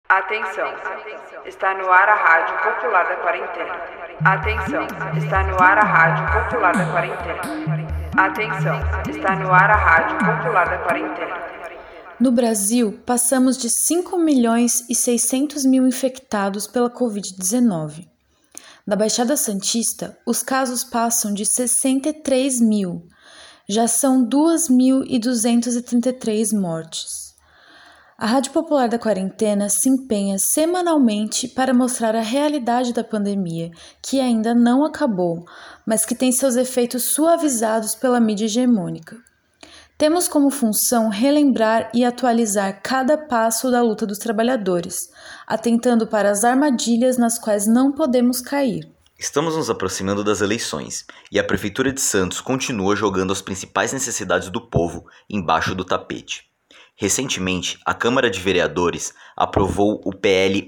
Atenção, está no ar a Rádio Popular da Quarentena. Atenção, está no ar a Rádio Popular da Quarentena. Atenção, está no ar a Rádio Popular da Quarentena. No Brasil, passamos de 5.600.000 infectados pela Covid-19. Na Baixada Santista, os casos passam de 63 mil. Já são 2.233 mortes. A Rádio Popular da Quarentena se empenha semanalmente para mostrar a realidade da pandemia, que ainda não acabou, mas que tem seus efeitos suavizados pela mídia hegemônica. Temos como função relembrar e atualizar cada passo da luta dos trabalhadores, atentando para as armadilhas nas quais não podemos cair. Estamos nos aproximando das eleições e a Prefeitura de Santos continua jogando as principais necessidades do povo embaixo do tapete. Recentemente, a Câmara de Vereadores aprovou o PL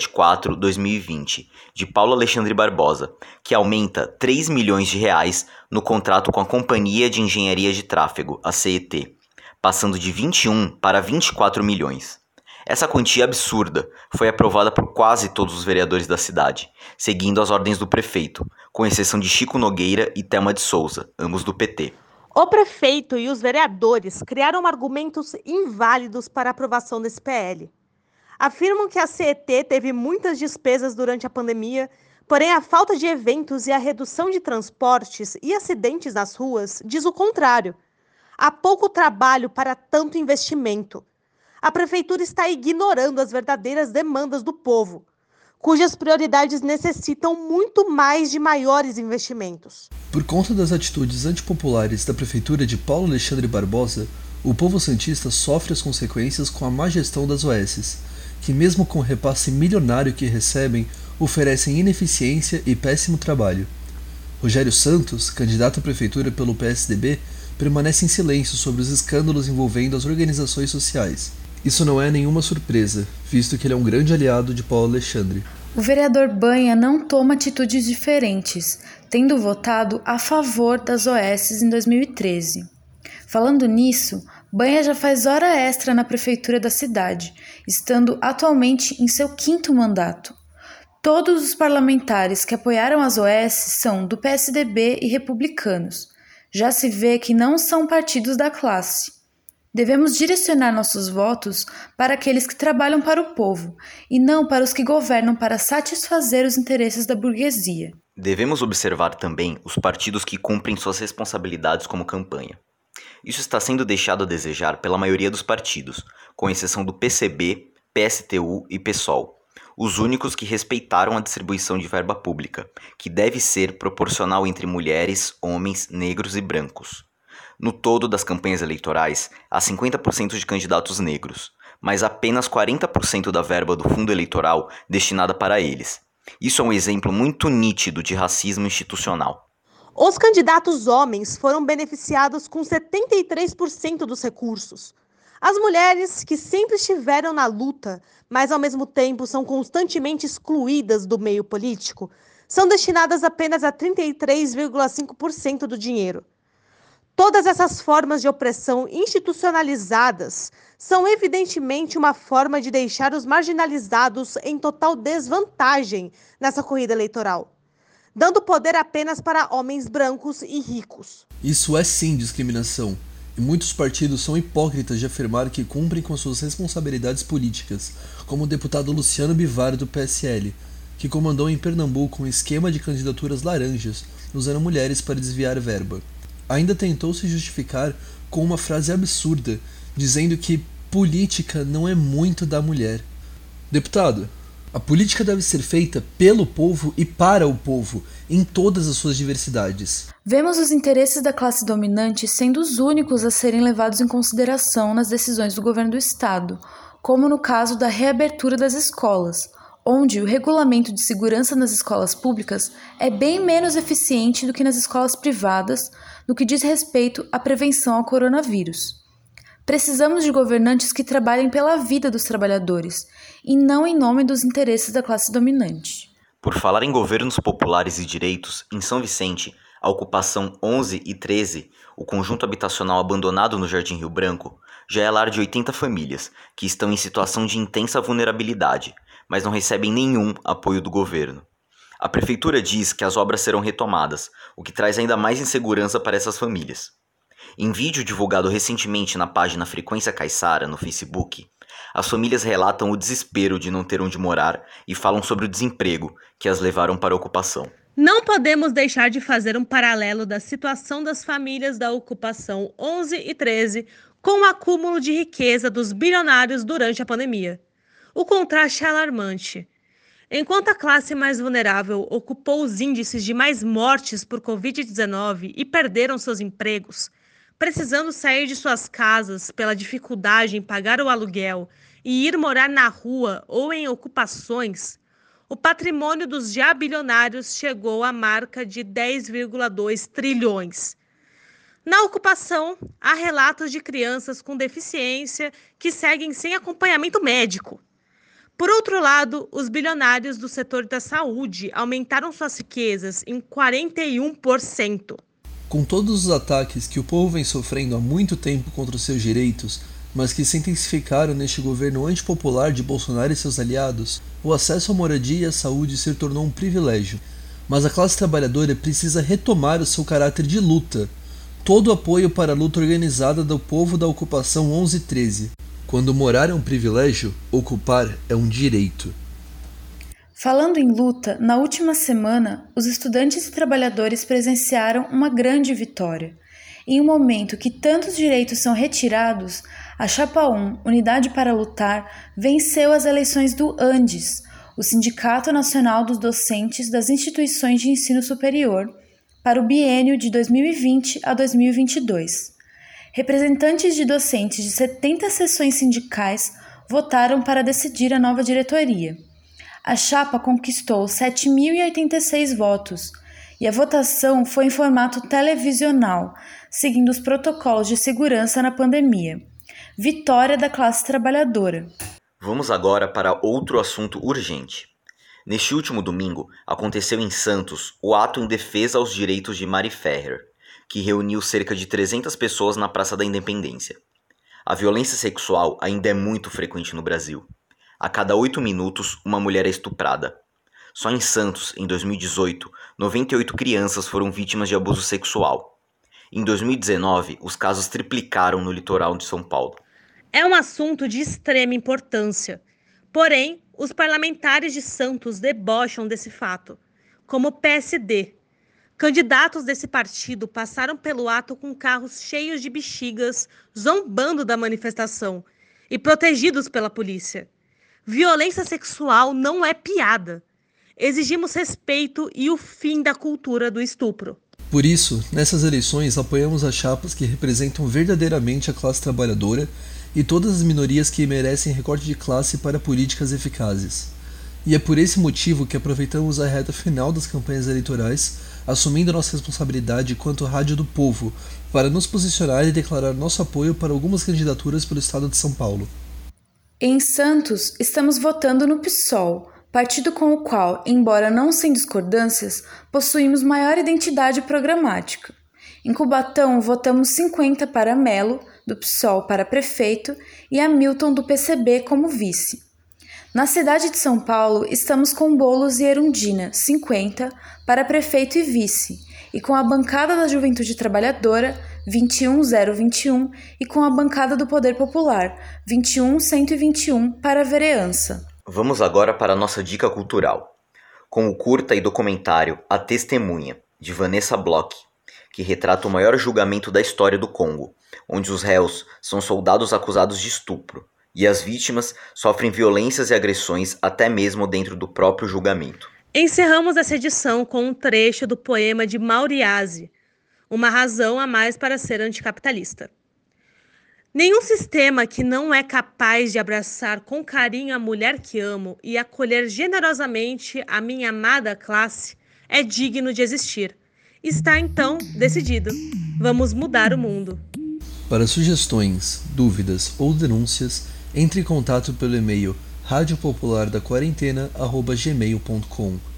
174/2020, de Paulo Alexandre Barbosa, que aumenta 3 milhões de reais no contrato com a Companhia de Engenharia de Tráfego, a CET, passando de 21 para 24 milhões. Essa quantia absurda foi aprovada por quase todos os vereadores da cidade, seguindo as ordens do prefeito, com exceção de Chico Nogueira e Thelma de Souza, ambos do PT. O prefeito e os vereadores criaram argumentos inválidos para a aprovação desse PL. Afirmam que a CET teve muitas despesas durante a pandemia, porém a falta de eventos e a redução de transportes e acidentes nas ruas diz o contrário. Há pouco trabalho para tanto investimento. A prefeitura está ignorando as verdadeiras demandas do povo, cujas prioridades necessitam muito mais de maiores investimentos. Por conta das atitudes antipopulares da Prefeitura de Paulo Alexandre Barbosa, o povo santista sofre as consequências com a má gestão das OSs, que mesmo com o repasse milionário que recebem, oferecem ineficiência e péssimo trabalho. Rogério Santos, candidato à Prefeitura pelo PSDB, permanece em silêncio sobre os escândalos envolvendo as organizações sociais. Isso não é nenhuma surpresa, visto que ele é um grande aliado de Paulo Alexandre. O vereador Banha não toma atitudes diferentes, tendo votado a favor das OSs em 2013. Falando nisso, Banha já faz hora extra na prefeitura da cidade, estando atualmente em seu 5º mandato. Todos os parlamentares que apoiaram as OSs são do PSDB e republicanos. Já se vê que não são partidos da classe. Devemos direcionar nossos votos para aqueles que trabalham para o povo, e não para os que governam para satisfazer os interesses da burguesia. Devemos observar também os partidos que cumprem suas responsabilidades como campanha. Isso está sendo deixado a desejar pela maioria dos partidos, com exceção do PCB, PSTU e PSOL, os únicos que respeitaram a distribuição de verba pública, que deve ser proporcional entre mulheres, homens, negros e brancos. No todo das campanhas eleitorais, há 50% de candidatos negros, mas apenas 40% da verba do fundo eleitoral destinada para eles. Isso é um exemplo muito nítido de racismo institucional. Os candidatos homens foram beneficiados com 73% dos recursos. As mulheres, que sempre estiveram na luta, mas ao mesmo tempo são constantemente excluídas do meio político, são destinadas apenas a 33,5% do dinheiro. Todas essas formas de opressão institucionalizadas são evidentemente uma forma de deixar os marginalizados em total desvantagem nessa corrida eleitoral, dando poder apenas para homens brancos e ricos. Isso é sim discriminação, e muitos partidos são hipócritas de afirmar que cumprem com suas responsabilidades políticas, como o deputado Luciano Bivar do PSL, que comandou em Pernambuco um esquema de candidaturas laranjas, usando mulheres para desviar verba. Ainda tentou se justificar com uma frase absurda, dizendo que política não é muito da mulher. Deputado, a política deve ser feita pelo povo e para o povo, em todas as suas diversidades. Vemos os interesses da classe dominante sendo os únicos a serem levados em consideração nas decisões do governo do estado, como no caso da reabertura das escolas, onde o regulamento de segurança nas escolas públicas é bem menos eficiente do que nas escolas privadas no que diz respeito à prevenção ao coronavírus. Precisamos de governantes que trabalhem pela vida dos trabalhadores e não em nome dos interesses da classe dominante. Por falar em governos populares e direitos, em São Vicente, a ocupação 11 e 13, o conjunto habitacional abandonado no Jardim Rio Branco, já é lar de 80 famílias, que estão em situação de intensa vulnerabilidade, mas não recebem nenhum apoio do governo. A prefeitura diz que as obras serão retomadas, o que traz ainda mais insegurança para essas famílias. Em vídeo divulgado recentemente na página Frequência Caiçara, no Facebook, as famílias relatam o desespero de não ter onde morar e falam sobre o desemprego que as levaram para a ocupação. Não podemos deixar de fazer um paralelo da situação das famílias da ocupação 11 e 13 com o acúmulo de riqueza dos bilionários durante a pandemia. O contraste é alarmante. Enquanto a classe mais vulnerável ocupou os índices de mais mortes por Covid-19 e perderam seus empregos, precisando sair de suas casas pela dificuldade em pagar o aluguel e ir morar na rua ou em ocupações, o patrimônio dos já bilionários chegou à marca de 10,2 trilhões. Na ocupação, há relatos de crianças com deficiência que seguem sem acompanhamento médico. Por outro lado, os bilionários do setor da saúde aumentaram suas riquezas em 41%. Com todos os ataques que o povo vem sofrendo há muito tempo contra os seus direitos, mas que se intensificaram neste governo antipopular de Bolsonaro e seus aliados, o acesso à moradia e à saúde se tornou um privilégio. Mas a classe trabalhadora precisa retomar o seu caráter de luta. Todo o apoio para a luta organizada do povo da ocupação 11 e 13. Quando morar é um privilégio, ocupar é um direito. Falando em luta, na última semana, os estudantes e trabalhadores presenciaram uma grande vitória. Em um momento que tantos direitos são retirados, a Chapa 1, Unidade para Lutar, venceu as eleições do Andes, o Sindicato Nacional dos Docentes das Instituições de Ensino Superior, para o biênio de 2020 a 2022. Representantes de docentes de 70 seções sindicais votaram para decidir a nova diretoria. A chapa conquistou 7.086 votos e a votação foi em formato televisional, seguindo os protocolos de segurança na pandemia. Vitória da classe trabalhadora. Vamos agora para outro assunto urgente. Neste último domingo, aconteceu em Santos o ato em defesa aos direitos de Mari Ferrer, que reuniu cerca de 300 pessoas na Praça da Independência. A violência sexual ainda é muito frequente no Brasil. A cada 8 minutos, uma mulher é estuprada. Só em Santos, em 2018, 98 crianças foram vítimas de abuso sexual. Em 2019, os casos triplicaram no litoral de São Paulo. É um assunto de extrema importância. Porém, os parlamentares de Santos debocham desse fato, como o PSD. Candidatos desse partido passaram pelo ato com carros cheios de bexigas, zombando da manifestação e protegidos pela polícia. Violência sexual não é piada. Exigimos respeito e o fim da cultura do estupro. Por isso, nessas eleições, apoiamos as chapas que representam verdadeiramente a classe trabalhadora e todas as minorias que merecem recorte de classe para políticas eficazes. E é por esse motivo que aproveitamos a reta final das campanhas eleitorais, assumindo nossa responsabilidade quanto Rádio do Povo, para nos posicionar e declarar nosso apoio para algumas candidaturas pelo estado de São Paulo. Em Santos, estamos votando no PSOL, partido com o qual, embora não sem discordâncias, possuímos maior identidade programática. Em Cubatão, votamos 50 para Melo, do PSOL, para prefeito, e Hamilton, do PCB, como vice. Na cidade de São Paulo, estamos com Boulos e Erundina, 50, para prefeito e vice, e com a bancada da Juventude Trabalhadora, 21.021, e com a bancada do Poder Popular, 21.121, para vereança. Vamos agora para a nossa dica cultural, com o curta e documentário A Testemunha, de Vanessa Bloch, que retrata o maior julgamento da história do Congo, onde os réus são soldados acusados de estupro, e as vítimas sofrem violências e agressões até mesmo dentro do próprio julgamento. Encerramos essa edição com um trecho do poema de Mauriase, Uma Razão a Mais para Ser Anticapitalista. Nenhum sistema que não é capaz de abraçar com carinho a mulher que amo e acolher generosamente a minha amada classe é digno de existir. Está então decidido. Vamos mudar o mundo. Para sugestões, dúvidas ou denúncias, entre em contato pelo e-mail radiopopulardaquarentena@gmail.com.